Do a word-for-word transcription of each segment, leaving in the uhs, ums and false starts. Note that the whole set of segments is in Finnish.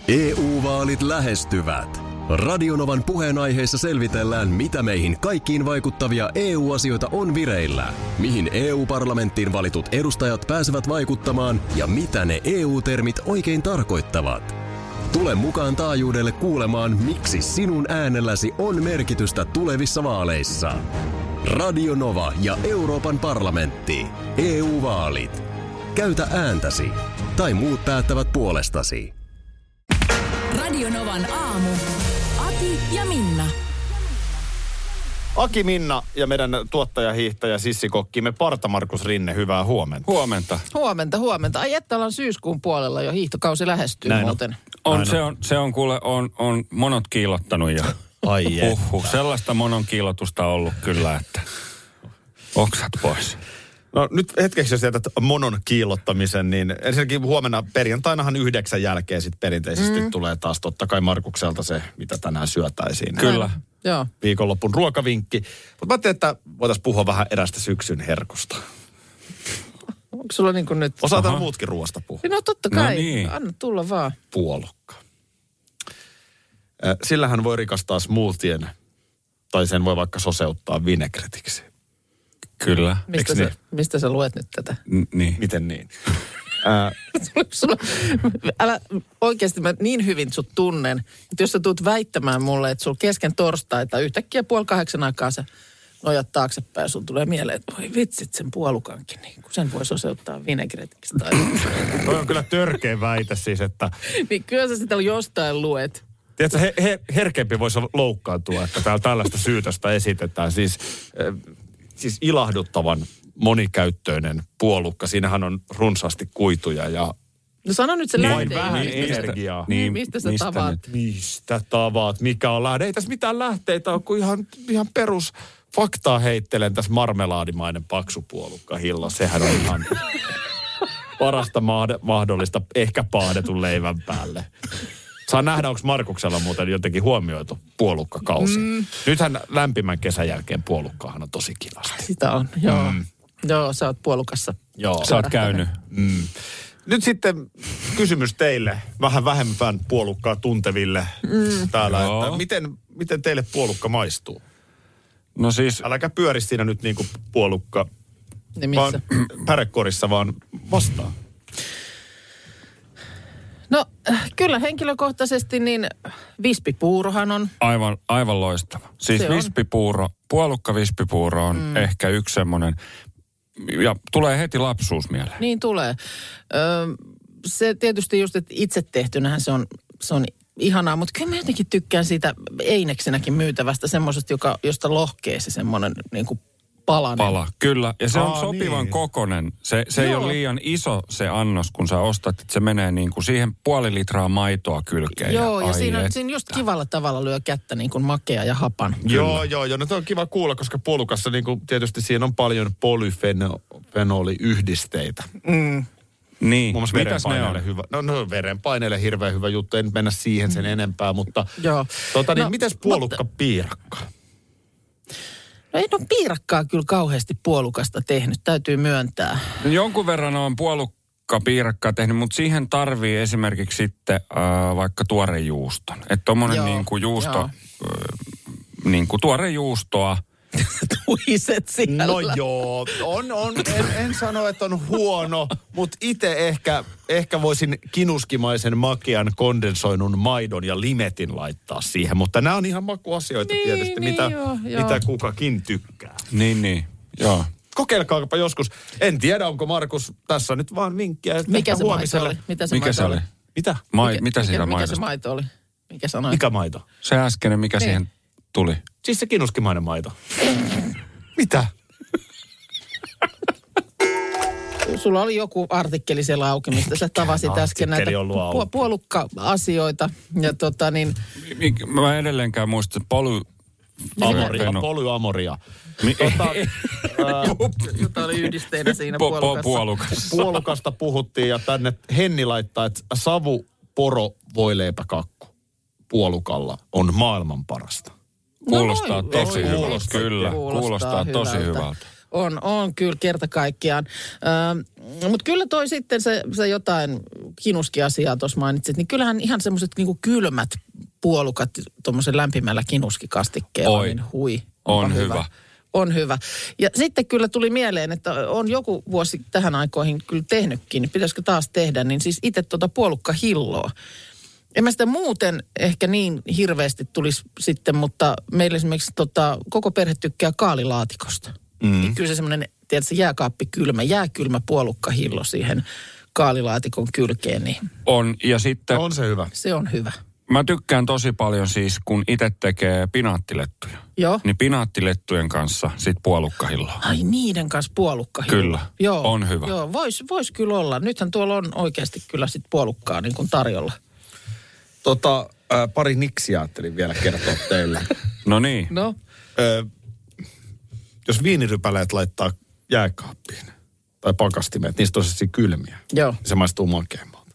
E U-vaalit lähestyvät. Radionovan puheenaiheessa selvitellään, mitä meihin kaikkiin vaikuttavia E U-asioita on vireillä, mihin E U-parlamenttiin valitut edustajat pääsevät vaikuttamaan ja mitä ne E U-termit oikein tarkoittavat. Tule mukaan taajuudelle kuulemaan, miksi sinun äänelläsi on merkitystä tulevissa vaaleissa. Radio Nova ja Euroopan parlamentti. E U-vaalit. Käytä ääntäsi. Tai muut päättävät puolestasi. Radio Novan aamu. Ati ja Minna. Aki, Minna ja meidän tuottaja-hiihtäjä sissikokkimme Parta Markus Rinne, hyvää huomenta. Huomenta. Huomenta, huomenta. Ai että ollaan syyskuun puolella jo, hiihtokausi lähestyy Näin muuten. On, Näin se, on, se on kuule, on, on monot kiillottanut ja Ai je. Uhuh, sellaista monon kiillotusta ollut kyllä, että oksat pois. No nyt hetkeksi jos jätät monon kiillottamisen, niin ensinnäkin huomenna perjantainahan yhdeksän jälkeen sitten perinteisesti mm. tulee taas totta kai Markukselta se, mitä tänään syötäisiin. Kyllä. Joo. Viikonloppun ruokavinkki. Mutta mä ajattelin, että voitaisiin puhua vähän erästä syksyn herkusta. Onko sulla niin kuin nyt... Osataan muutkin ruoasta puhua. No totta kai. No niin. Anna tulla vaan. Puolukka. Sillähän voi rikastaa smoothien, tai sen voi vaikka soseuttaa vinegretiksi. Kyllä. Mistä sä, mistä sä luet nyt tätä? N- niin. Miten niin? Ää, Sulla, älä oikeasti mä niin hyvin sut tunnen, että jos sä tuut väittämään mulle, että sulla kesken torstaita yhtäkkiä puoli kahdeksan aikaa sä nojat taaksepäin ja sulla tulee mieleen, että voi vitsit sen puolukankin, niin kun sen voi soseuttaa vinegretiksi. Tai... toi on kyllä törkeä väite siis, että... niin kyllä sä sitä jostain luet. Tiedätkö, he, he, herkempi voisi loukkaantua, että täällä tällaista syytöstä esitetään. Siis, äh, siis ilahduttavan monikäyttöinen puolukka. Siinähän on runsaasti kuituja ja... No sano nyt se Niin, lähde. vähän Mistä- energiaa. Niin, mistä sä tavaat? nyt? Mistä tavaat? Mikä on lähde? Ei tässä mitään lähteitä ole, kun ihan, ihan perus faktaa heittelen tässä marmelaadimainen paksupuolukka hillo. Sehän on ihan parasta mahdollista, ehkä paadetun leivän päälle. Saa nähdä, onko Markuksella muuten jotenkin huomioitu puolukkakausi. Mm. Nythän lämpimän kesän jälkeen puolukkaahan on tosi kivasti. Sitä on, joo. Mm. Joo, sä oot puolukassa. Joo. Sä oot käynyt. Mm. Nyt sitten kysymys teille, vähän vähemmän puolukkaa tunteville mm. täällä, Joo. että miten, miten teille puolukka maistuu? No siis, Äläkä pyöri siinä nyt niinku puolukka, Niin missä? vaan pärekorissa, vaan vastaan. No kyllä henkilökohtaisesti niin vispipuurohan on. aivan, aivan loistava. Siis Se on. vispipuuro, puolukka vispipuuro on mm. ehkä yksi semmoinen, ja tulee heti lapsuus mieleen. Niin tulee. Öö, se tietysti just, että itse tehtynähän se on, se on ihanaa, mutta kyllä mä jotenkin tykkään siitä eineksenäkin myytävästä semmoisesta, joka, josta lohkee se semmoinen niin kuin palanen. Pala, kyllä. Ja se Aa, on sopivan niin. kokonen. Se, se ei Joo. ole liian iso se annos, kun sä ostat, että se menee niin kuin siihen puoli litraa maitoa kylkeen. Joo, ja, ai siinä, et. siinä just kivalla tavalla lyö kättä niin kuin makea ja hapan. Joo, joo, joo. No se on kiva kuulla, koska puolukassa niinku, tietysti siinä on paljon polyfenoliyhdisteitä. Mm. Niin, Muun muassa mitäs ne verenpaineelle on? hyvä. No, no verenpaineelle hirveän hyvä juttu. En nyt mennä siihen sen enempää, mutta... Joo. Tota niin, No, mites puolukkapiirakka? No ei ole piirakkaa kyllä kauheasti puolukasta tehnyt, täytyy myöntää. No jonkun verran on puolukkapiirakkaa tehnyt, mutta siihen tarvii esimerkiksi sitten äh, vaikka tuorejuuston. Että tommonen Joo, niin kuin juusto, joo. äh, niin kuin tuorejuustoa. Tuiset siellä. No joo, on, on. En, en sano, että on huono, mutta itse ehkä, ehkä voisin kinuskimaisen makean kondensoinun maidon ja limetin laittaa siihen. Mutta nämä on ihan makuasioita Niin, tietysti, niin, mitä, joo, joo. mitä kukakin tykkää. Niin, niin, joo. Kokeilkaapa joskus. En tiedä, onko Markus tässä nyt vaan vinkkiä. Että Mikä ehkä se maito huomiselle- oli? Mitä se Mikä maito se oli? Mitä? Mai, Mikä, mitä mikä, siitä mikä maidosta? se maito oli? Mikä sanoit? Mikä maito? Se äskeinen, mikä Niin. siihen tuli? Siis se kinuskimainen maito. Mitä? Sulla oli joku artikkeli siellä auki, mistä sä tavasit äsken näitä artikkeli ollut auki? pu- puolukka-asioita. Ja tota niin, Mik- Mä edelleenkään muistan, että poly... Amoria, Feno- polyamoria. Mi- Tota, jota oli yhdisteenä siinä Po- po- puolukassa. puolukassa. puolukasta puhuttiin ja tänne Henni laittaa, että savu, poro, voileipäkakku puolukalla on maailman parasta. Kuulostaa No, tosi voi, hyvältä. kuulostaa- Kyllä, kuulostaa tosi hyvältä. On, on kyllä kerta kaikkiaan. Ö, mutta kyllä toi sitten se, se jotain kinuskiasiaa tuossa mainitsit, niin kyllähän ihan semmoiset niinku kylmät puolukat tuommoisen lämpimällä kinuskikastikkeella, Oi. niin hui. On hyvä. hyvä. On hyvä. Ja sitten kyllä tuli mieleen, että on joku vuosi tähän aikoihin kyllä tehnytkin, niin pitäisikö taas tehdä, niin siis itse tuota puolukkahilloa. En mä sitä muuten ehkä niin hirveästi tulisi sitten, mutta meillä esimerkiksi tota, koko perhe tykkää kaalilaatikosta. Mm. Niin kyllä se semmoinen, tiedätkö, jääkaappi kylmä, jääkylmä puolukkahillo siihen kaalilaatikon kylkeen. Niin on, ja sitten... On se hyvä. se on hyvä. Mä tykkään tosi paljon siis, kun itse tekee pinaattilettuja. Joo. Niin pinaattilettujen kanssa sit puolukkahilloa. Ai niiden kanssa puolukkahillo. Kyllä, Joo. on hyvä. Joo, vois, vois kyllä olla. Nythän tuolla on oikeasti kyllä sit puolukkaa niin kuin tarjolla. Tota, äh, pari niksiä ajattelin vielä kertoa teille. No niin. No. Ö, jos viinirypäleet laittaa jääkaappiin tai pakastimeet, niistä on siis kylmiä. Joo. Niin se maistuu makeammalta.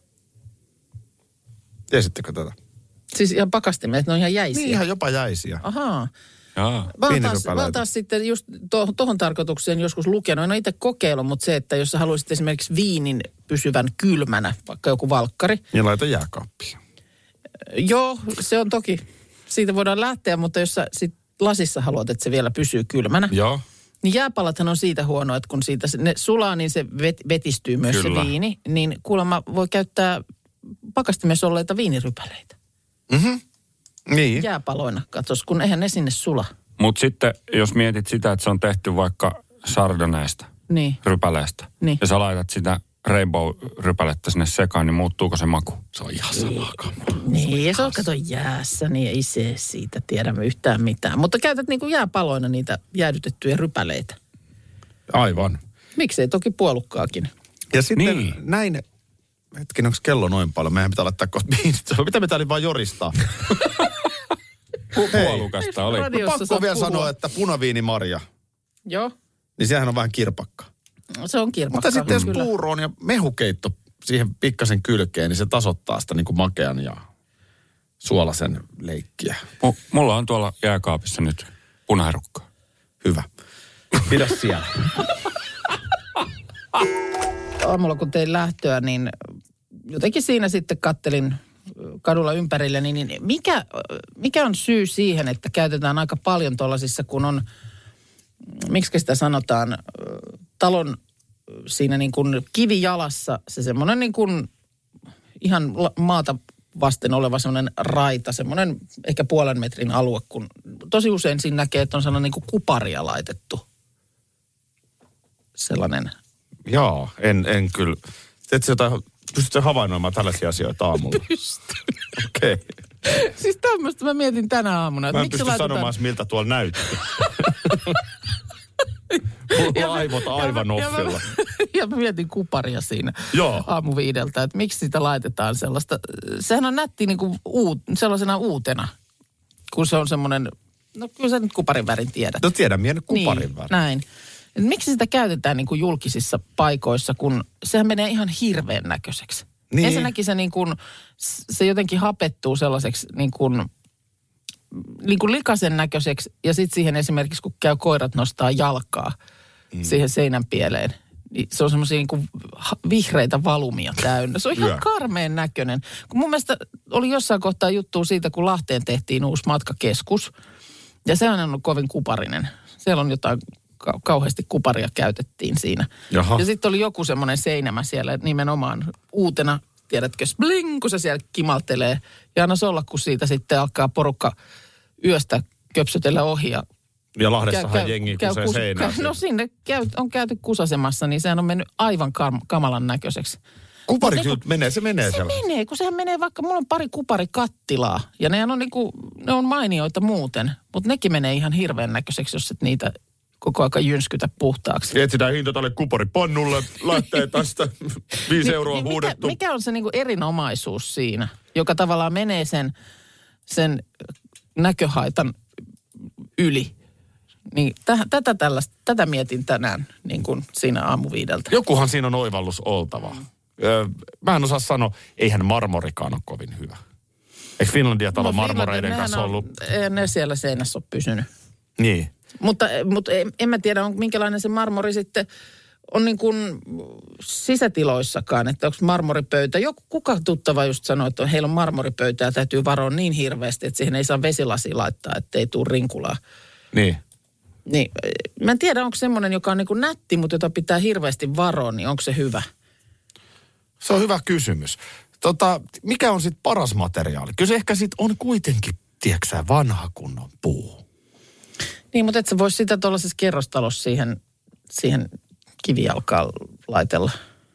Tiesittekö tätä? Siis ihan pakastimet, ne on ihan jäisiä. Niin, ihan jopa jäisiä. Ahaa. Jaa. Mä oon taas, Viinirypäleitä. mä oon taas sitten just tuohon to, tarkoitukseen joskus lukenut. En ole itse kokeillut, mutta se, että jos sä haluaisit esimerkiksi viinin pysyvän kylmänä, vaikka joku valkkari. Niin laita jääkaappiin. Joo, se on toki. Siitä voidaan lähteä, mutta jos sä sit lasissa haluat, että se vielä pysyy kylmänä. Joo. Niin jääpalathan on siitä huono, että kun siitä se- ne sulaa, niin se vet, vetistyy myös Kyllä. se viini. Niin kuulemma voi käyttää pakastimessa olleita viinirypäleitä. Mhm. Niin. Jääpaloina, katsos, kun eihän ne sinne sula. Mutta sitten, jos mietit sitä, että se on tehty vaikka Chardonnaysta, Niin. rypäleestä, Niin. ja sä laitat sitä Rainbow-rypälettä sinne sekaan, niin muuttuuko se maku? Se on ihan samaa kamaa. Niin, ja se on kato jäässä, niin ei se siitä tiedä yhtään mitään. Mutta käytät niin kuin jääpaloina niitä jäädytettyjä rypäleitä. Aivan. Miksei toki puolukkaakin. Ja sitten Niin. näin, hetken, onko kello noin paljon? Meidän pitää laittaa kohta biinit. Mitä me täällä vaan joristaa? Pu- puolukasta oli. Radio- No, Jossa pakko saa vielä puhua. sanoa, että punaviinimarja, Joo, niin sehän on vähän kirpakka. se on kirpakka. Mutta sitten jos kyllä. puuroon ja mehukeitto siihen pikkasen kylkeen, niin se tasoittaa sitä niin kuin makean ja suolasen leikkiä. M- mulla on tuolla jääkaapissa nyt punaherukkaa. Hyvä. Pidä siellä. Aamulla kun tein lähtöä, niin jotenkin siinä sitten kattelin kadulla ympärille, niin mikä, mikä on syy siihen, että käytetään aika paljon tuollaisissa, kun on, miksi sitä sanotaan, talon siinä niin kuin kivijalassa se semmoinen niin kuin ihan la- maata vasten oleva semmoinen raita, semmoinen ehkä puolen metrin alue, kun tosi usein siinä näkee, että on sellainen niin kuin kuparia laitettu. Sellainen. Joo, en, en kyllä. Teetkö jotain, pystytkö havainnoimaan tällaisia asioita aamulla? Pystyn. Okei. Okay. Siis tämmöistä mä mietin tänä aamuna. Että Mä en miksi pysty laitetaan... sanomaan, miltä tuolla näytti. Mulla on aivot aivan ja, mä, offilla. ja mä mietin kuparia siinä Joo. aamuviideltä, että miksi sitä laitetaan sellaista. Sehän on nätti niin kuin uut, sellaisena uutena, kun se on semmoinen, no kyllä sä nyt kuparin värin tiedät. No tiedän, minä nyt kuparin niin, värin. näin. Et miksi sitä käytetään niin kuin julkisissa paikoissa, kun sehän menee ihan hirveän näköiseksi. Niin. Ensinnäkin se, niin kuin, se jotenkin hapettuu sellaiseksi niin kuin, niin kuin likaisen näköiseksi. Ja sitten siihen esimerkiksi, kun käy koirat nostaa jalkaa mm. siihen seinän pieleen, niin se on semmoisia niin kuin vihreitä valumia täynnä. Se on ihan Hyvä. karmeen näköinen. Kun mun mielestä oli jossain kohtaa juttua siitä, kun Lahteen tehtiin uusi matkakeskus. Ja se on ollut kovin kuparinen. Siellä on jotain ka- kauheasti kuparia käytettiin siinä. Jaha. Ja sitten oli joku semmoinen seinämä siellä nimenomaan uutena, tiedätkö, bling, kun se siellä kimaltelee. Ja anna olla, kun siitä sitten alkaa porukka yöstä köpsötellä ohi. Ja Ja Lahdessahan jengi kusee kus- seinään. käy, no sinne käy, on käyty kusasemassa, niin sehän on mennyt aivan kam- kamalan näköiseksi. Kupari Mut kyllä niinku- menee, se menee Se siellä. menee, kun sehän menee vaikka, mulla on pari kuparikattilaa. Ja nehän on niinku, ne on mainioita muuten. Mutta nekin menee ihan hirveän näköiseksi, jos et niitä koko aika jynskytä puhtaaksi. Etsitään hinta tälle kuparipannulle, lähtee tästä viisi euroa Niin mikä, huudettu. mikä on se niinku erinomaisuus siinä, joka tavallaan menee sen, sen näköhaitan yli? Niin täh, tätä, tällaista, tätä mietin tänään niin kuin siinä aamuviideltä. Jokuhan siinä on oivallus oltava. Öö, mä en osaa sanoa, eihän marmorikaan ole kovin hyvä. Eikö Finlandia-talo No, marmoreiden nehän kanssa on- ollut? Ei ne siellä seinässä ole pysynyt. Niin. Mutta, mutta en, en mä tiedä, on, minkälainen se marmori sitten on niin kuin sisätiloissakaan, että onko marmoripöytä. Joku kuka tuttava just sanoi, että heillä on marmoripöytä ja täytyy varoa niin hirveästi, että siihen ei saa vesilasia laittaa, ettei tule rinkulaa. Niin. Niin, mä en tiedä, onko semmoinen, joka on niin kuin nätti, mutta jota pitää hirveästi varoa, niin onko se hyvä? Se on hyvä kysymys. Tota, mikä on sitten paras materiaali? Kyllä se ehkä sitten on kuitenkin, tiedätkö vanha kunnon puu. Niin, mutta et sä vois sitä tuollaisessa kerrostalossa siihen, siihen kivijalkaan laitella.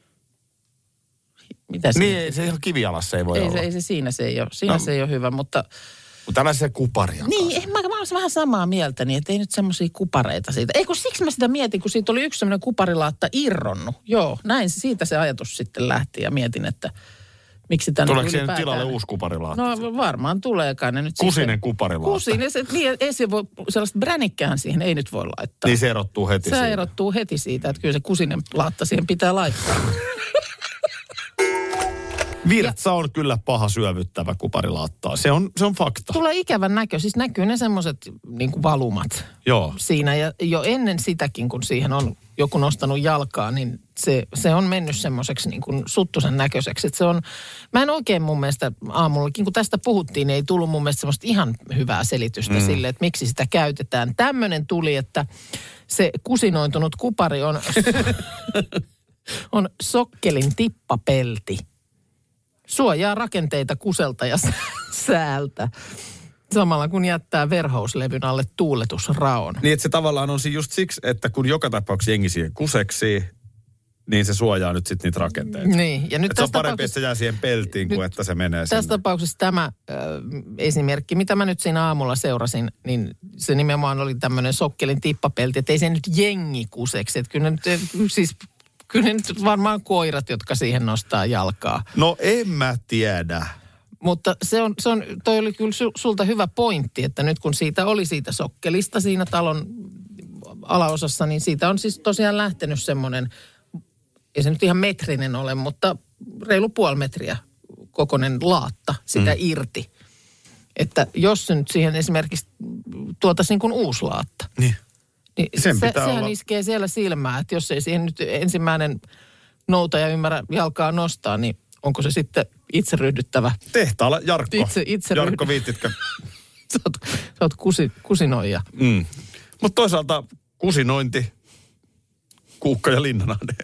Mitä se? Niin, se ihan kivijalassa ei voi ei, olla. Se, ei se siinä se ei ole. Siinä no, se ei ole hyvä, mutta... Mutta tällaisia kuparia. Niin, mä, mä olen vähän samaa mieltä, niin että ei nyt semmoisia kupareita siitä. Ei kun siksi mä sitä mietin, kun siitä oli yksi semmoinen kuparilaatta irronnut. Joo, näin siitä se ajatus sitten lähti ja mietin, että miksi tänne tuleeko siihen nyt tilalle uusi kuparilaatta? No varmaan tuleekaan ne nyt Kusinen sitten. kuparilaatta. Kusinen, se, niin, ei se voi, sellaista bränikkään siihen ei nyt voi laittaa. Niin se erottuu heti se siitä. Se erottuu heti siitä, että kyllä se kusinen laatta siihen pitää laittaa. Virtsa on kyllä paha syövyttävä kuparilaattaa. Se on, se on fakta. Tulee ikävän näkö. Siis näkyy ne semmoiset niin kuin valumat Joo. siinä. Ja jo ennen sitäkin, kun siihen on joku nostanut jalkaa, niin se, se on mennyt semmoiseksi niin kuin suttusen näköiseksi. Että se on, mä en oikein mun mielestä aamullakin, kun tästä puhuttiin, niin ei tullut mun mielestä semmoista ihan hyvää selitystä mm. sille, että miksi sitä käytetään. Tämmöinen tuli, että se kusinoitunut kupari on, on sokkelin tippapelti. Suojaa rakenteita kuselta ja säältä. Samalla kun jättää verhouslevyn alle tuuletusraon. Niin, että se tavallaan on just siksi, että kun joka tapauksessa jengi siihen kuseksii, niin se suojaa nyt sitten niitä rakenteita. Niin. Ja nyt että se on parempi, että se jää siihen peltiin, kuin että se menee sinne. Tässä tapauksessa tämä äh, esimerkki, mitä mä nyt siinä aamulla seurasin, niin se nimenomaan oli tämmöinen sokkelin tippapelti, että ei se nyt jengi kuseksi. Että kyllä nyt, siis... Kyllä nyt varmaan koirat, jotka siihen nostaa jalkaa. No en mä tiedä. Mutta se on, se on, toi oli kyllä sulta hyvä pointti, että nyt kun siitä oli siitä sokkelista siinä talon alaosassa, niin siitä on siis tosiaan lähtenyt semmoinen, ei se nyt ihan metrinen ole, mutta reilu puoli metriä kokoinen laatta sitä mm. irti. Että jos se nyt siihen esimerkiksi tuotaisiin niin kuin uusi laatta. Niin. Niin Sen se, pitää sehän olla... iskee siellä silmää, että jos ei siihen nyt ensimmäinen noutaja ymmärrä jalkaa nostaa, niin onko se sitten itse ryhdyttävä? Tehtaalla Jarkko. Itse, itse Jarkko viititkö? sä oot, sä oot kusi, kusinoija. Mm. Mutta toisaalta kusinointi, Kuukka ja Linnanahde.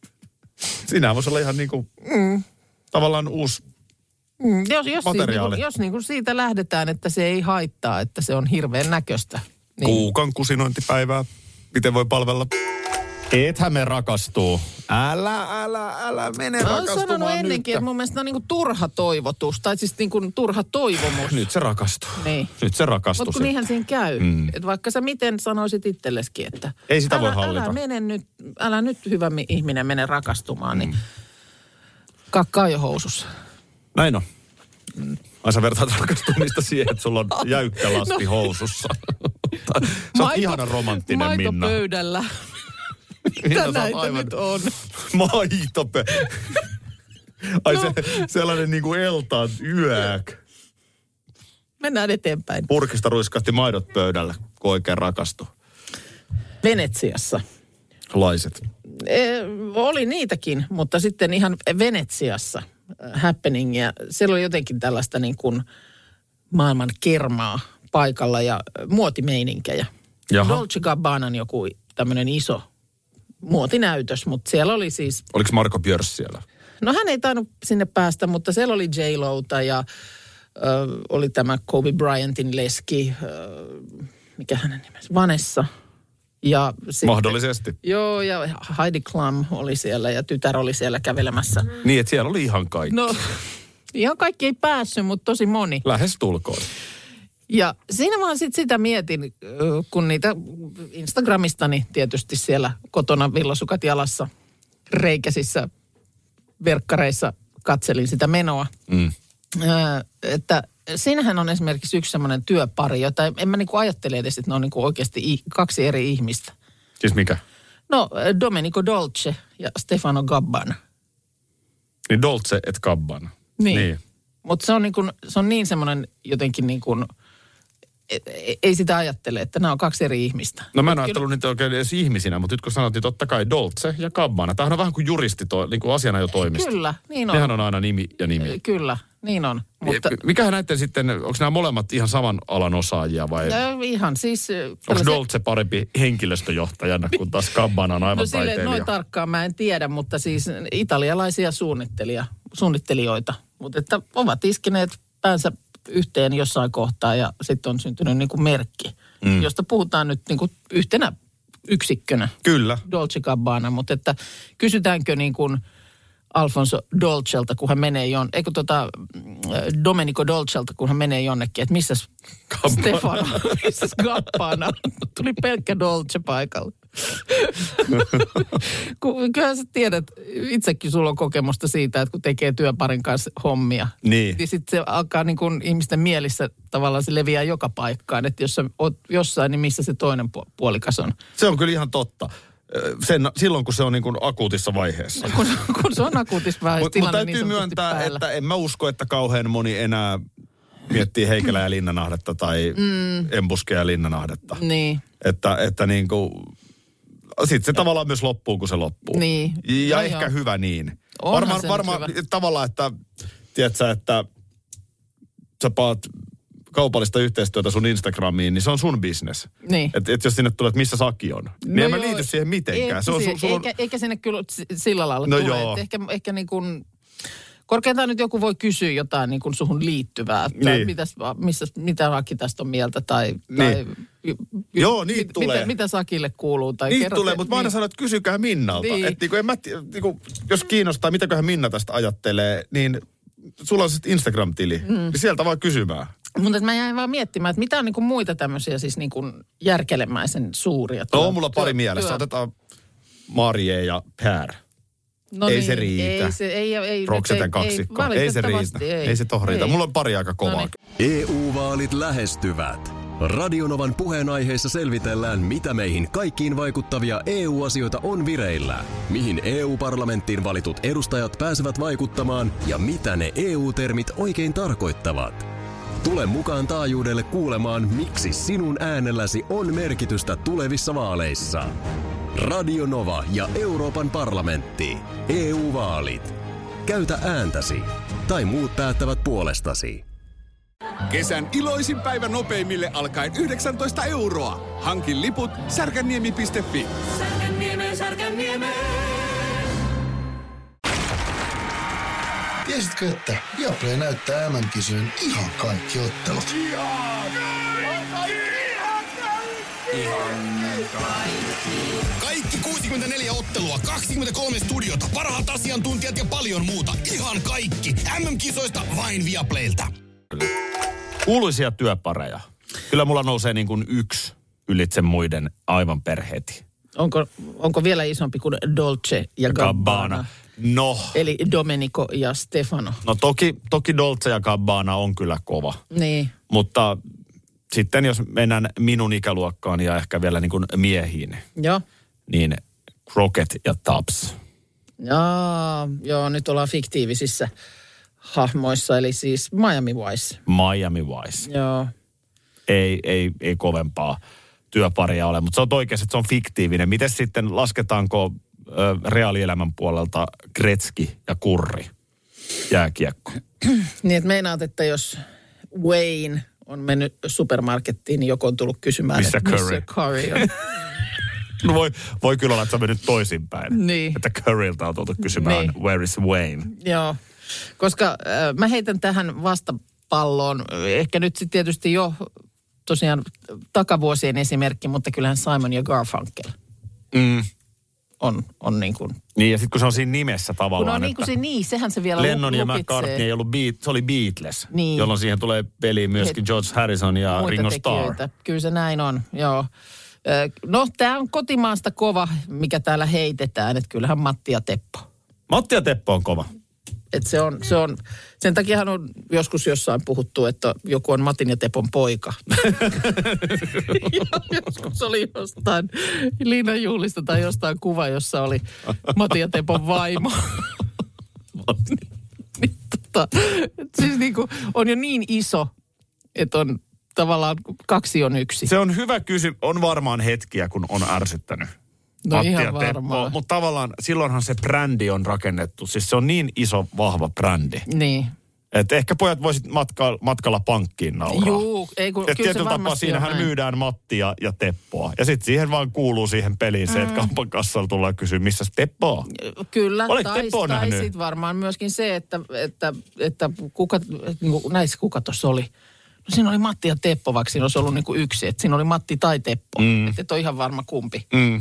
Siinä voisi olla ihan niin kuin mm. tavallaan uusi mm. jos, jos, materiaali. Siis, niin jos niin kuin siitä lähdetään, että se ei haittaa, että se on hirveän näköistä. Niin. Kuukan kusinointipäivää. Miten voi palvella? Ethän me rakastuu. Älä, älä, älä mene mä rakastumaan oon sanonut ennenkin, nyt. että mun mielestä on niin kuin turha toivotus, tai siis niin kuin turha toivomus. Nyt se rakastuu. Niin. Nyt se rakastuu. Mutta kun niinhän siinä käy. Mm. Että vaikka sä miten sanoisit itselleskin, että ei sitä älä, voi hallita. Älä mene nyt, älä nyt hyvä ihminen mene rakastumaan, mm. niin kakka on jo housussa. Näin on. Mm. Ai sä vertaat rakastumista siihen, että sulla on jäykkä lasti no. housussa. Sä oot ihana romanttinen, Minna. Maitopöydällä. Mitä näitä aivan... nyt on? Maitopöydällä. Ai no. se, sellainen niin kuin eltaan yök. Mennään eteenpäin. Purkista ruiskahti maidot pöydällä, kun oikein rakastui. Venetsiassa. Laiset. E, oli niitäkin, mutta sitten ihan Venetsiassa happeningia. Siellä oli jotenkin tällaista niin kuin maailman kermaa paikalla ja muotimeininkejä. Jaha. Dolce Gabbanan joku tämmöinen iso muotinäytös, mutta siellä oli siis... Oliko Marko Björs siellä? No hän ei tainnut sinne päästä, mutta siellä oli J-Lota ja ö, oli tämä Kobe Bryantin leski, ö, mikä hänen nimensä, Vanessa. Ja sitten, mahdollisesti. Joo, ja Heidi Klum oli siellä ja tytär oli siellä kävelemässä. Niin, että siellä oli ihan kaikki. No, ihan kaikki ei päässyt, mutta tosi moni. Lähes tulkoon. Ja siinä vaan sit sitä mietin, kun niitä Instagramistani tietysti siellä kotona villasukat jalassa, reikäisissä verkkareissa katselin sitä menoa. Mm. Että siinähän on esimerkiksi yksi semmoinen työpari, jota en mä niinku ajattele edes, että ne on niinku oikeasti kaksi eri ihmistä. Siis mikä? No, Domenico Dolce ja Stefano Gabbana. Niin Dolce et Gabbana. Niin. niin. Mutta se on niin kuin, se on niin semmoinen jotenkin niin kuin ei, ei sitä ajattele, että nämä on kaksi eri ihmistä. No mä en ajatellut niitä oikein edes ihmisinä, mutta nyt kun sanottiin totta kai Dolce ja Gabbana. Tämähän on vähän kuin juristi, toi, niin kuin asianajotoimisto. Kyllä, niin on. Nehän on aina nimi ja nimi. Kyllä, niin on. Mutta... Mikähän näiden sitten, onko nämä molemmat ihan saman alan osaajia vai? No, ihan siis... Onko Dolce parempi henkilöstöjohtajana, kun taas Gabbana on aivan no, sille, taiteilija? noin tarkkaan mä en tiedä, mutta siis italialaisia suunnittelija, suunnittelijoita. Mutta että ovat iskineet päänsä yhteen jossain kohtaa ja sitten on syntynyt niin kuin merkki, mm. josta puhutaan nyt niin kuin yhtenä yksikkönä. Kyllä. Dolce Gabbana, mutta että kysytäänkö niin kuin Alfonso Dolcelta, kun hän menee jon, eikö tota Domenico Dolcelta, kun hän menee jonnekin, että missäs Gabbana. Stefano, missäs Gabbana, tuli pelkkä Dolce paikalle. Kyllähän sä tiedät, itsekin sulla on kokemusta siitä, että kun tekee työparin kanssa hommia, niin, niin sitten se alkaa niin kuin ihmisten mielissä tavallaan se leviää joka paikkaan, että jos sä oot jossain, niin missä se toinen puolikas on. Se on kyllä ihan totta. Sen, silloin, kun se on niin kuin akuutissa vaiheessa. kun, kun se on akuutissa vaiheessa, Mutta tilanne täytyy niin myöntää, päällä. että en mä usko, että kauhean moni enää miettii Heikelä ja Linnanahdetta tai mm. Embuskeja ja Linnanahdetta. Niin. Että, että niin kuin, sitten se tavallaan myös loppuu, kun se loppuu. Niin. Ja no ehkä joo. hyvä niin. Onhan Varmaan se varma, hyvä. tavallaan, että tiedätkö, että sä paat kaupallista yhteistyötä sun Instagramiin, niin se on sun business. Niin. Että et jos sinne tulee, että missä Saki on, niin No en mä joo, liity siihen mitenkään. Ei, Se on, siihen, sul, sul on... eikä, eikä sinne kyllä s- sillä lailla No tule. joo. Että Ehkä, ehkä niin kuin, korkeintaan nyt joku voi kysyä jotain niin kuin suhun liittyvää. Tai Niin. mitäs, missä, mitä Saki tästä on mieltä tai... Niin. tai Joo, niitä mit, tulee. Mitä, mitä Sakille kuuluu? Tai Niitä kerrot, tulee, että mutta mä aina niin. sanon, että kysykää Minnalta. Niin. Että niinku, en mä, t- niinku, jos kiinnostaa, mitäköhän Minna tästä ajattelee, niin sulla on sitten Instagram-tili. Mm. Niin sieltä vaan kysymään. Mutta mä jäin vaan miettimään, että mitä on niin kuin muita tämmöisiä siis niin kuin järkelemäisen suuria. No työ- on mulla pari työ- mielessä. työ- Otetaan Marie ja Per. No Ei se riitä. Ei se, ei, ei, Rokseten ei, kaksikko. Ei, Ei se riitä. valitettavasti Ei, ei se toh riitä. Ei. Mulla on pari aika kovaa. No niin. E U-vaalit lähestyvät. Radionovan puheenaiheessa selvitellään, mitä meihin kaikkiin vaikuttavia E U-asioita on vireillä, mihin E U-parlamenttiin valitut edustajat pääsevät vaikuttamaan ja mitä ne E U-termit oikein tarkoittavat. Tule mukaan taajuudelle kuulemaan, miksi sinun äänelläsi on merkitystä tulevissa vaaleissa. Radio Nova ja Euroopan parlamentti. E U-vaalit. Käytä ääntäsi. Tai muut päättävät puolestasi. Kesän iloisin päivä nopeimille alkaen yhdeksäntoista euroa. Hankin liput särkänniemi piste fi. Särkänniemeen, Särkänniemeen. Tiesitkö, että Viaplay näyttää M M-kisojen ihan kaikki ottelut? Kaikki kuusikymmentäneljä ottelua, kaksikymmentäkolme studiota, parhaat asiantuntijat ja paljon muuta. Ihan kaikki. M M-kisoista vain Viaplaylta. Kuuluisia työpareja. Kyllä mulla nousee niin kuin yksi ylitse muiden aivan perheeti. Onko, onko vielä isompi kuin Dolce ja Gabbana? Gabbana. No, Eli Domenico ja Stefano. no toki, toki Dolce ja Gabbana on kyllä kova. Niin. Mutta sitten jos mennään minun ikäluokkaan ja ehkä vielä niin kuin miehiin, Joo. niin Crockett ja Tubbs. Jaa, joo, nyt ollaan fiktiivisissä hahmoissa, eli siis Miami Vice. Miami Vice. Joo. Ei, ei, ei kovempaa työparia ole, mutta se on oikeasti, että se on fiktiivinen. Miten sitten lasketaanko ö, reaalielämän puolelta Gretzky ja Kurri jääkiekko? Niin, että meinaat, että jos Wayne on mennyt supermarkettiin, niin joku on tullut kysymään, Missä että Curry? missä Curry on. No voi, voi kyllä olla, että se on mennyt toisinpäin. Niin. Että Currylta on tultu kysymään, Niin. where is Wayne? Joo, koska äh, mä heitän tähän vastapalloon, ehkä nyt sitten tietysti jo tosiaan takavuosien esimerkki, mutta kyllähän Simon ja Garfunkel Mm. on, on niin kuin... Niin, ja sitten kun se on siinä nimessä Kun tavallaan, on niin kuin että se, niin, sehän se vielä Lennon ja lukitsee. McCartney ei ollut Beat, se oli Beatles, Niin. jolloin siihen tulee peliin myöskin He- George Harrison ja Muita Ringo Starr. tekijöitä. Kyllä se näin on, joo. Ö, No, tämä on kotimaasta kova, mikä täällä heitetään, että kyllähän Matti ja Teppo. Matti ja Teppo on kova. Et se on, se on, sen takiahan on joskus jossain puhuttu, että joku on Matin ja Tepon poika. Ja joskus oli jostain Liinan juhlista tai jostain kuva, jossa oli Matin ja Tepon vaimo. Niin, tota, siis niinku, on jo niin iso, että on tavallaan kaksi on yksi. Se on hyvä kysymys. On varmaan hetkiä, kun on ärsyttänyt. No Matti ihan ja Teppo. varmaan. Mutta tavallaan silloinhan se brändi on rakennettu. Siis se on niin iso, vahva brändi. Niin. Että ehkä pojat voisit matka, matkalla pankkiin nauraa. Juu, ei kun, Et kyllä se tietyllä tapaa varmasti siinähän on näin. myydään Mattia ja Teppoa. Ja sitten siihen vaan kuuluu siihen peliin se, että Mm. kaupan kassalla tullaan kysyä, missä Teppo on. Kyllä, Oletko tai, Teppoa tai nähnyt? sitten varmaan myöskin se, että, että, että kuka, niin kuin näissä kuka tuossa oli. No siinä oli Matti ja Teppo, vaikka siinä olisi ollut niin kuin yksi. Että siinä oli Matti tai Teppo. Mm. Että et ole ihan varma kumpi. Mm.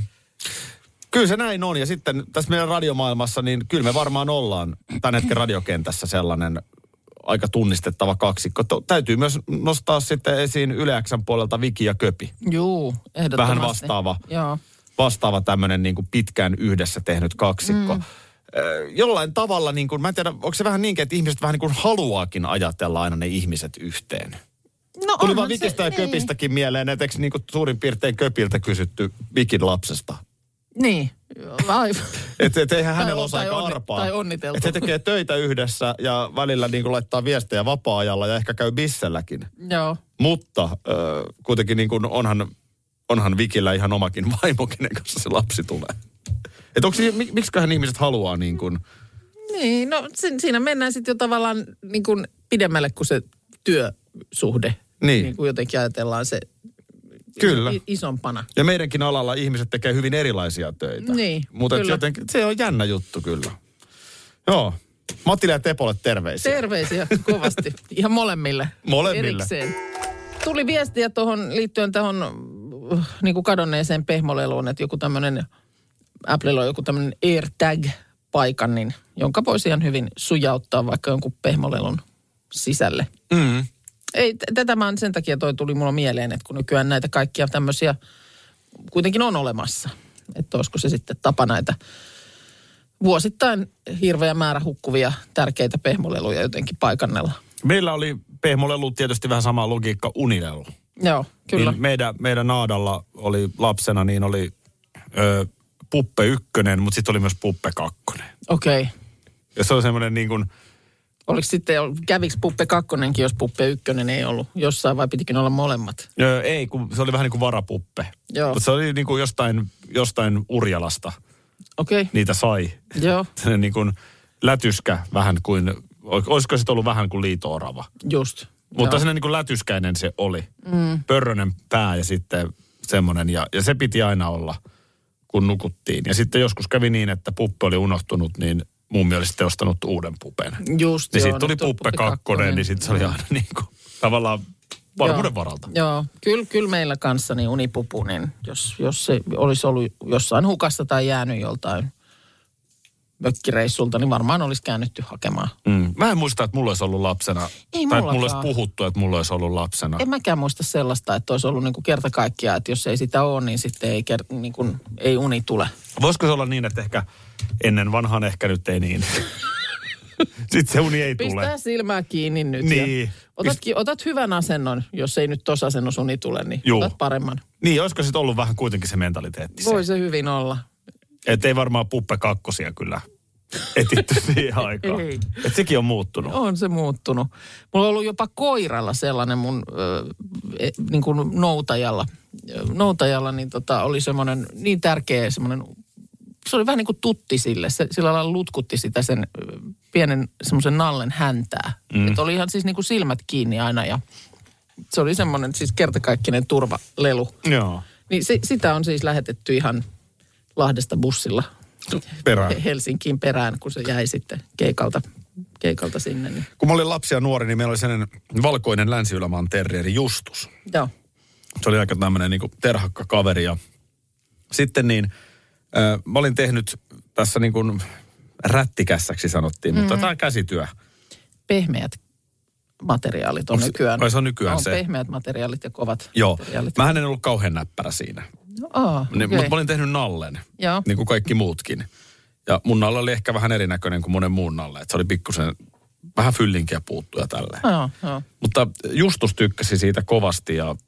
Kyllä se näin on. Ja sitten tässä meidän radiomaailmassa, niin kyllä me varmaan ollaan tämän hetken radiokentässä sellainen aika tunnistettava kaksikko. To, täytyy myös nostaa sitten esiin Yle X:n puolelta Viki ja Köpi. Juu, ehdottomasti. Vähän vastaava, Joo. vastaava tämmöinen niin kuin pitkään yhdessä tehnyt kaksikko. Mm. Jollain tavalla, niin kuin, mä en tiedä, onko se vähän niinkin, että ihmiset vähän niin kuin haluaakin ajatella aina ne ihmiset yhteen. No Tuli onhan vaan Vikistä se, ja niin. Köpistäkin mieleen, että eikö niin kuin suurin piirtein Köpiltä kysytty Vikin lapsesta. Niin, aivan. Että et eihän Tai hänellä on- osaa tai aika onni- arpaa. tai onniteltu. Että he tekee töitä yhdessä ja välillä niin kuin laittaa viestejä vapaa-ajalla ja ehkä käy bisselläkin. Joo. Mutta äh, kuitenkin niin kuin onhan, onhan Vikillä ihan omakin vaimo, kenen kanssa se lapsi tulee. Että onko mik, miksiköhän ihmiset haluaa niin kuin... Niin, no si- siinä mennään sitten jo tavallaan niin kuin pidemmälle kuin se työsuhde. Niin. Niin kuin jotenkin ajatellaan se Kyllä. i- isompana. Ja meidänkin alalla ihmiset tekee hyvin erilaisia töitä. Niin, Mutta kyllä. jotenkin se on jännä juttu kyllä. Joo. Mattille ja Tepolle terveisiä. Terveisiä kovasti. Ihan molemmille. Molemmille. Erikseen. Tuli viestiä tuohon liittyen tähän niin kuin kadonneeseen pehmoleluun, että joku tämmöinen, Applella on joku tämmöinen AirTag-paikan, niin, jonka voisi ihan hyvin sujauttaa vaikka jonkun pehmolelun sisälle. Mm. Ei, t- tätä mä sen takia toi tuli mulla mieleen, että kun nykyään näitä kaikkia tämmöisiä kuitenkin on olemassa. Että olisiko se sitten tapa näitä vuosittain hirveä määrä hukkuvia tärkeitä pehmoleluja jotenkin paikannella. Meillä oli pehmolelu tietysti vähän sama logiikka unilelu. Joo, kyllä. Niin meidän, meidän naadalla oli lapsena, niin oli ö, Puppe ykkönen, mutta sitten oli myös Puppe kakkonen. Okei. Okay. Ja se on semmoinen niin kuin... Oliko sitten, kävikö Puppe kakkonenkin, jos Puppe ykkönen ei ollut jossain vai pitikin olla molemmat? Ö, ei, kun se oli vähän niin kuin varapuppe. Joo. Mutta se oli niin kuin jostain, jostain Urjalasta. Okei. Okay. Niitä sai. Joo, Sellainen niin kuin lätyskä vähän kuin, olisiko se ollut vähän kuin liito-orava. just. Mutta Joo. sellainen niin kuin lätyskäinen se oli. Mm. Pörrönen pää ja sitten semmoinen. Ja, ja se piti aina olla, kun nukuttiin. Ja sitten joskus kävi niin, että Puppe oli unohtunut, niin mummi oli sitten ostanut uuden pupen. Just, Niin joo, sitten tuli nyt on Puppe kakkonen, niin sitten se oli aina niin kuin tavallaan varmuuden varalta. Joo, kyllä, kyllä meillä kanssa niin unipupu, niin jos, jos se olisi ollut jossain hukassa tai jäänyt joltain mökkireissulta, niin varmaan olisi käännytty hakemaan. Mm. Mä en muista, että mulla olisi ollut lapsena. Ei tai että mulla olisi mullakaan. puhuttu, että mulla olisi ollut lapsena. En mäkään muista sellaista, että olisi ollut niin kuin kerta kaikkiaan, että jos ei sitä ole, niin sitten ei, ker- niin kuin, ei uni tule. Voisiko se olla niin, että ehkä ennen vanhaan ehkä nyt ei niin. Sitten se uni ei tule. Pistää silmää kiinni nyt. Niin. Ja otatkin, otat hyvän asennon, jos ei nyt tuossa asennossa uni tule, niin Juu. otat paremman. Niin, olisiko sitten ollut vähän kuitenkin se mentaliteetti se? Voi se hyvin olla. Että ei varmaan Puppe kakkosia kyllä etitty siihen aikaan. Ei. Että sekin on muuttunut. On se muuttunut. Mulla on ollut jopa koiralla sellainen mun ö, e, niin kuin noutajalla. Noutajalla niin tota, oli semmoinen niin tärkeä semmoinen, se oli vähän niin kuin tutti sille. Se, sillä lailla lutkutti sitä sen ö, pienen semmoisen nallen häntää. Mm. Että oli ihan siis niin kuin silmät kiinni aina ja se oli semmoinen siis kertakaikkinen turvalelu. Joo. Niin se, sitä on siis lähetetty ihan Lahdesta bussilla Perään. Helsinkiin perään, kun se jäi sitten keikalta, keikalta sinne. Niin. Kun mä olin lapsi ja nuori, niin meillä oli sellainen valkoinen Länsi-Ylämaan terrieri Justus. Joo. Se oli aika tämmöinen niin kuin terhakka kaveri. Ja sitten niin, äh, mä olin tehnyt tässä niin kuin rättikässäksi sanottiin, mm-hmm. mutta tämä on käsityö. Pehmeät materiaalit on Onks- nykyään. ai se on nykyään on se? pehmeät materiaalit ja kovat Joo, materiaalit. mähän en ollut kauhean näppärä siinä. No, aa, Niin, okay. mutta mä olin tehnyt nallen, Joo. niin kuin kaikki muutkin. Ja mun nalle oli ehkä vähän erinäköinen kuin monen muun nalle. Että se oli pikkusen vähän fyllinkiä puuttu ja tälleen. Joo, joo. Mutta Justus tykkäsi siitä kovasti ja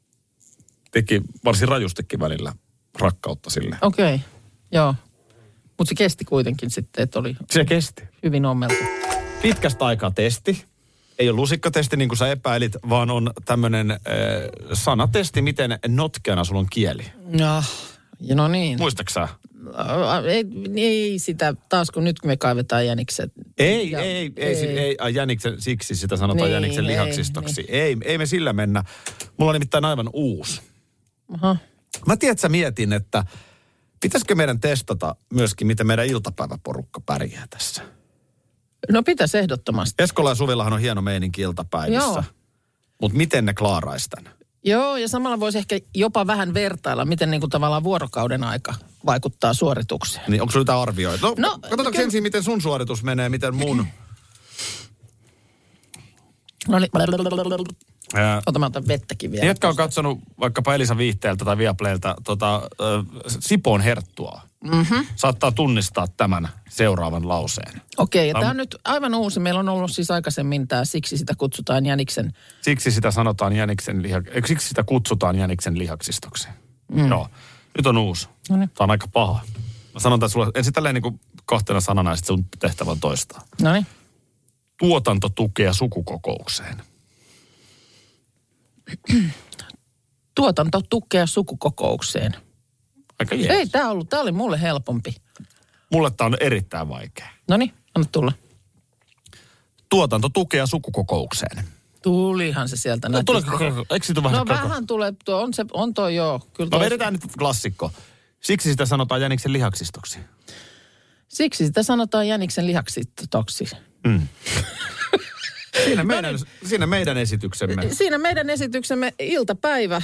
teki varsin rajustikin välillä rakkautta sille. Okei, okay. Joo. Mutta se kesti kuitenkin sitten, että oli Se kesti. hyvin ommeltu. Pitkästä aikaa testi. Ei ole lusikkatesti niin kuin sä epäilit, vaan on tämmöinen äh, sanatesti, miten notkeana sulla on kieli. No, no niin. Muistatko sä? Ei, ei sitä, taas kun nyt kun me kaivetaan jänikset. Ei, ja, ei, ei, ei, ei, ei jäniksen, siksi sitä sanotaan niin, jäniksen lihaksistoksi. Ei, ei, ei me sillä mennä. Mulla on nimittäin aivan uusi. Aha. Mä tiedät, sä mietin, että pitäisikö meidän testata myöskin, miten meidän iltapäiväporukka pärjää tässä. No pitäisi ehdottomasti. Eskola ja Suvillahan on hieno meininki iltapäivissä. Mutta miten ne klaaraisi tämän? Joo, ja samalla voisi ehkä jopa vähän vertailla, miten niin kuin tavallaan vuorokauden aika vaikuttaa suoritukseen. Niin, onko sinulla jotain arvioita? No, no katsotaanko ke... ensin, miten sun suoritus menee, miten mun... No niin, ota mä otan vettäkin vielä. Ne, jotka on katsonut vaikkapa Elisa Viihteeltä tai Viaplaylta tota, äh, Sipoon herttua, mm-hmm. saattaa tunnistaa tämän seuraavan lauseen. Okei, ja tämä on nyt aivan uusi. Meillä on ollut siis aikaisemmin tämä, siksi sitä kutsutaan jäniksen... Siksi sitä sanotaan jäniksen liha... Siksi sitä kutsutaan jäniksen lihaksistoksi. Mm. Joo. Nyt on uusi. Noniin. Tämä on aika paha. Mä sanon tämän sulle ensin tälleen niin kuin kahtena sanana, ja sitten sun tehtävä on toistaa. Noniin. Tuotantotukea sukukokoukseen. Tuotantotukea sukukokoukseen. Aika jees. Ei, tämä ollut, tämä oli mulle helpompi. Mulle tämä on erittäin vaikea. Noniin, anna tulla. Tuotantotukea sukukokoukseen. Tulihan se sieltä. No, tule, eikö siitä vähän No vähän koko? Tulee, tuo on, se, on toi joo. Kyllä no vedetään nyt klassikko. Siksi sitä sanotaan jäniksen lihaksistoksi. Siksi sitä sanotaan jäniksen lihaksistoksi. Mm. Siinä, meidän, no niin. siinä meidän esityksemme. Siinä meidän esityksemme iltapäivä.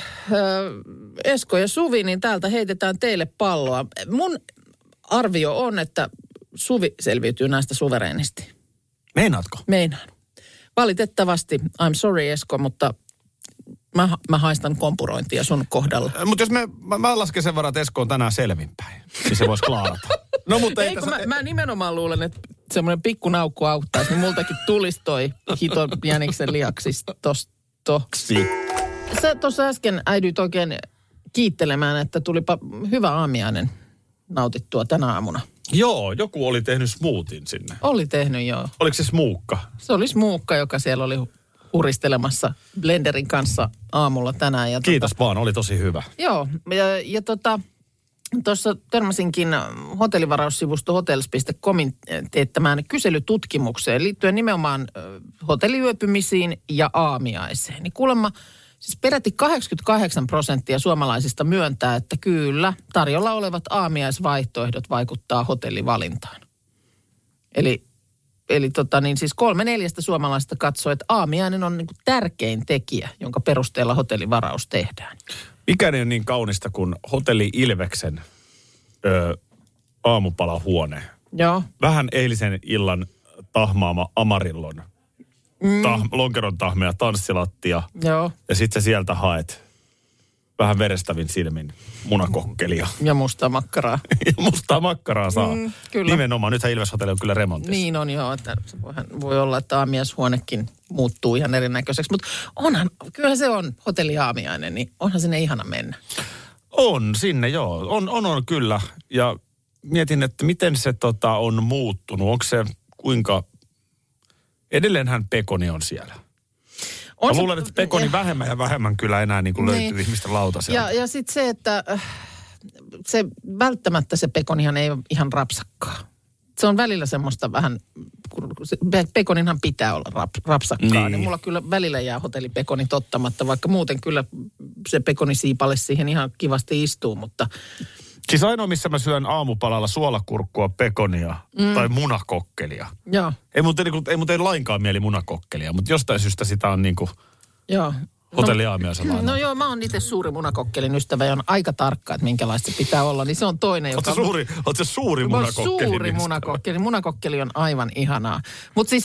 Esko ja Suvi, niin täältä heitetään teille palloa. Mun arvio on, että Suvi selviytyy näistä suvereenisti. Meinaatko? Meinaan. Valitettavasti, I'm sorry Esko, mutta mä, mä haistan kompurointia sun kohdalla. Mutta jos me, mä, mä lasken sen verran, että Esko on tänään selvinpäin, niin se voisi klaarata. No, mutta ei, ei tässä... mä, mä nimenomaan luulen, että semmoinen pikku naukku auttaisi, niin multakin tulisi toi hiton jäniksen lihaksistoksi. Sä tuossa äsken äidyit oikein kiittelemään, että tulipa hyvä aamiainen nautittua tänä aamuna. Joo, joku oli tehnyt smoothien sinne. Oli tehnyt, joo. Oliko se smuukka? Se oli smuukka, joka siellä oli huristelemassa blenderin kanssa aamulla tänään. Ja Kiitos tota, vaan, oli tosi hyvä. Joo, ja, ja tota... Tuossa törmäsinkin hotellivaraussivusto hotels piste comin teettämään kyselytutkimukseen liittyen nimenomaan hotelliyöpymisiin ja aamiaiseen. Niin kuulemma siis peräti kahdeksankymmentäkahdeksan prosenttia suomalaisista myöntää, että kyllä tarjolla olevat aamiaisvaihtoehdot vaikuttaa hotellivalintaan. Eli, eli tota niin siis kolme neljästä suomalaisista katsoo, että aamiainen on niin kuin tärkein tekijä, jonka perusteella hotellivaraus tehdään. Mikä ei ole niin kaunista kuin hotelli Ilveksen ö, aamupalahuone. Joo. Vähän eilisen illan tahmaama Amarillon mm. tah, lonkeron tahmea tanssilattia. Joo. Ja sit sä sieltä haet vähän verestävin silmin munakokkelia. Ja mustaa makkaraa. ja mustaa makkaraa saa. Mm, kyllä. Nimenomaan. Nythän Ilves-hotelli on kyllä remontissa. Niin on joo. Että voi olla, että aamiaishuonekin muuttuu ihan erinäköiseksi. Mutta onhan, kyllä se on hotelliaamiainen, niin onhan sinne ihana mennä. On sinne, joo. On, on, on kyllä. Ja mietin, että miten se tota, on muuttunut. Onko se kuinka... Edelleenhän pekoni on siellä. On Mä luulen, se... että pekoni ja... vähemmän ja vähemmän kyllä enää niin kuin niin. löytyy ihmisten lautaselta. Ja, ja sitten se, että se välttämättä se pekonihan ei ole ihan rapsakkaa. Se on välillä semmoista vähän, pekoninhan pitää olla rap, rapsakkaa. Niin. niin mulla kyllä välillä jää hotellipekoni tottamatta, vaikka muuten kyllä se pekonisiipale siihen ihan kivasti istuu, mutta... Siis ainoa, missä mä syön aamupalalla suolakurkkua, pekonia mm. tai munakokkelia. Joo. Ei muuten, ei muuten lainkaan mieli munakokkelia, mutta jostain syystä sitä on niinku joo. hotelliaamiaisella. No, no joo, mä oon itse suuri munakokkelin ystävä ja on aika tarkka, että minkälaista se pitää olla. Niin se on toinen, joka... Oletko suuri, oletko suuri munakokkeli? Suuri munakokkeli. Munakokkeli on aivan ihanaa. Mutta siis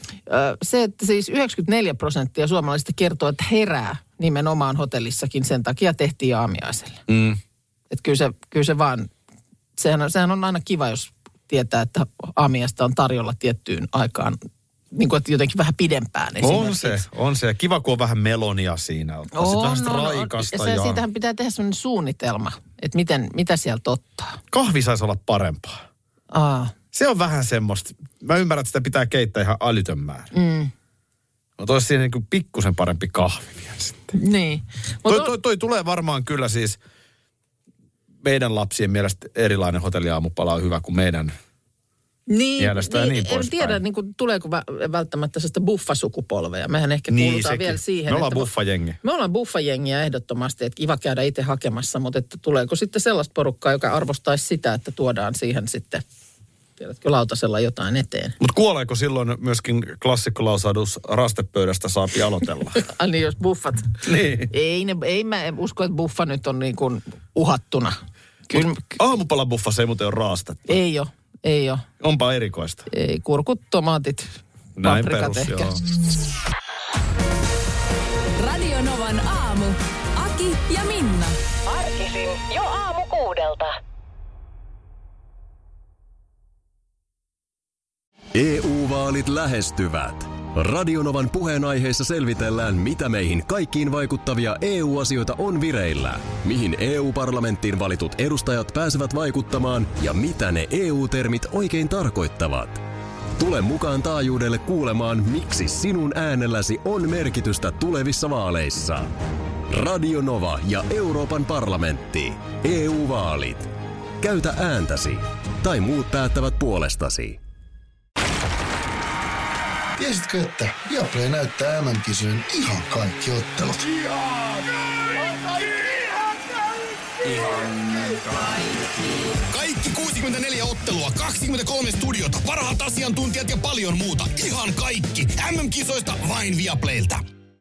se, että siis yhdeksänkymmentäneljä prosenttia suomalaisista kertoo, että herää nimenomaan hotellissakin sen takia tehtiin aamiaiselle. Mm. Että kyllä se, kyllä se vaan, sehän on, sehän on aina kiva, jos tietää, että aamiaista on tarjolla tiettyyn aikaan, niin kuin että jotenkin vähän pidempään On se, on se. Kiva, kun on vähän melonia siinä. On, vähän no, raikasta. No, ja se, siitähän pitää tehdä sellainen suunnitelma, että miten, mitä sieltä ottaa. Kahvi saisi olla parempaa. Aa. Se on vähän semmoista. Mä ymmärrän, että sitä pitää keittää ihan älytön määrä. Mm. No toisi siihen niin kuin pikkusen parempi kahvi vielä sitten. Niin. Toi, Mut toi, toi tulee varmaan kyllä siis meidän lapsien mielestä erilainen hotelliaamupala on hyvä kuin meidän niin, mielestä ja niin, niin en poispäin. tiedä, niin kuin, tuleeko vä- välttämättä sellaista buffasukupolvea. Mehän ehkä Niin, kuulutaan sekin. vielä siihen. Me ollaan että buffajengi. Me ollaan buffajengiä ehdottomasti, että kiva käydä itse hakemassa, mutta että tuleeko sitten sellaista porukkaa, joka arvostaisi sitä, että tuodaan siihen sitten, tiedätkö, lautasella jotain eteen. Mutta kuoleeko silloin myöskin klassikkolausahdus rastepöydästä saapi aloitella? Ai niin, jos buffat. Niin. Ei, ne, ei mä en usko, että buffa nyt on niin kuin uhattuna. Kyllä, Aamupalabuffassa ei muuten ole raastetta. ei ole, ei ole. Onpa erikoista. Ei, kurkut, tomaatit, Näin paprikat perus, ehkä. joo. Radio Novan aamu. Aki ja Minna. Arkisin jo aamu kuudelta. E U-vaalit lähestyvät. Radionovan puheenaiheessa selvitellään, mitä meihin kaikkiin vaikuttavia E U-asioita on vireillä, mihin E U-parlamenttiin valitut edustajat pääsevät vaikuttamaan ja mitä ne E U-termit oikein tarkoittavat. Tule mukaan taajuudelle kuulemaan, miksi sinun äänelläsi on merkitystä tulevissa vaaleissa. Radio Nova ja Euroopan parlamentti. E U-vaalit. Käytä ääntäsi. Tai muut päättävät puolestasi. Tiesitkö, että Viaplay näyttää M M-kisojen ihan kaikki ottelut? Kaikki kuusikymmentäneljä ottelua, kaksikymmentäkolme studiota, parhaat asiantuntijat ja paljon muuta. Ihan kaikki. M M-kisoista vain Viaplaylta.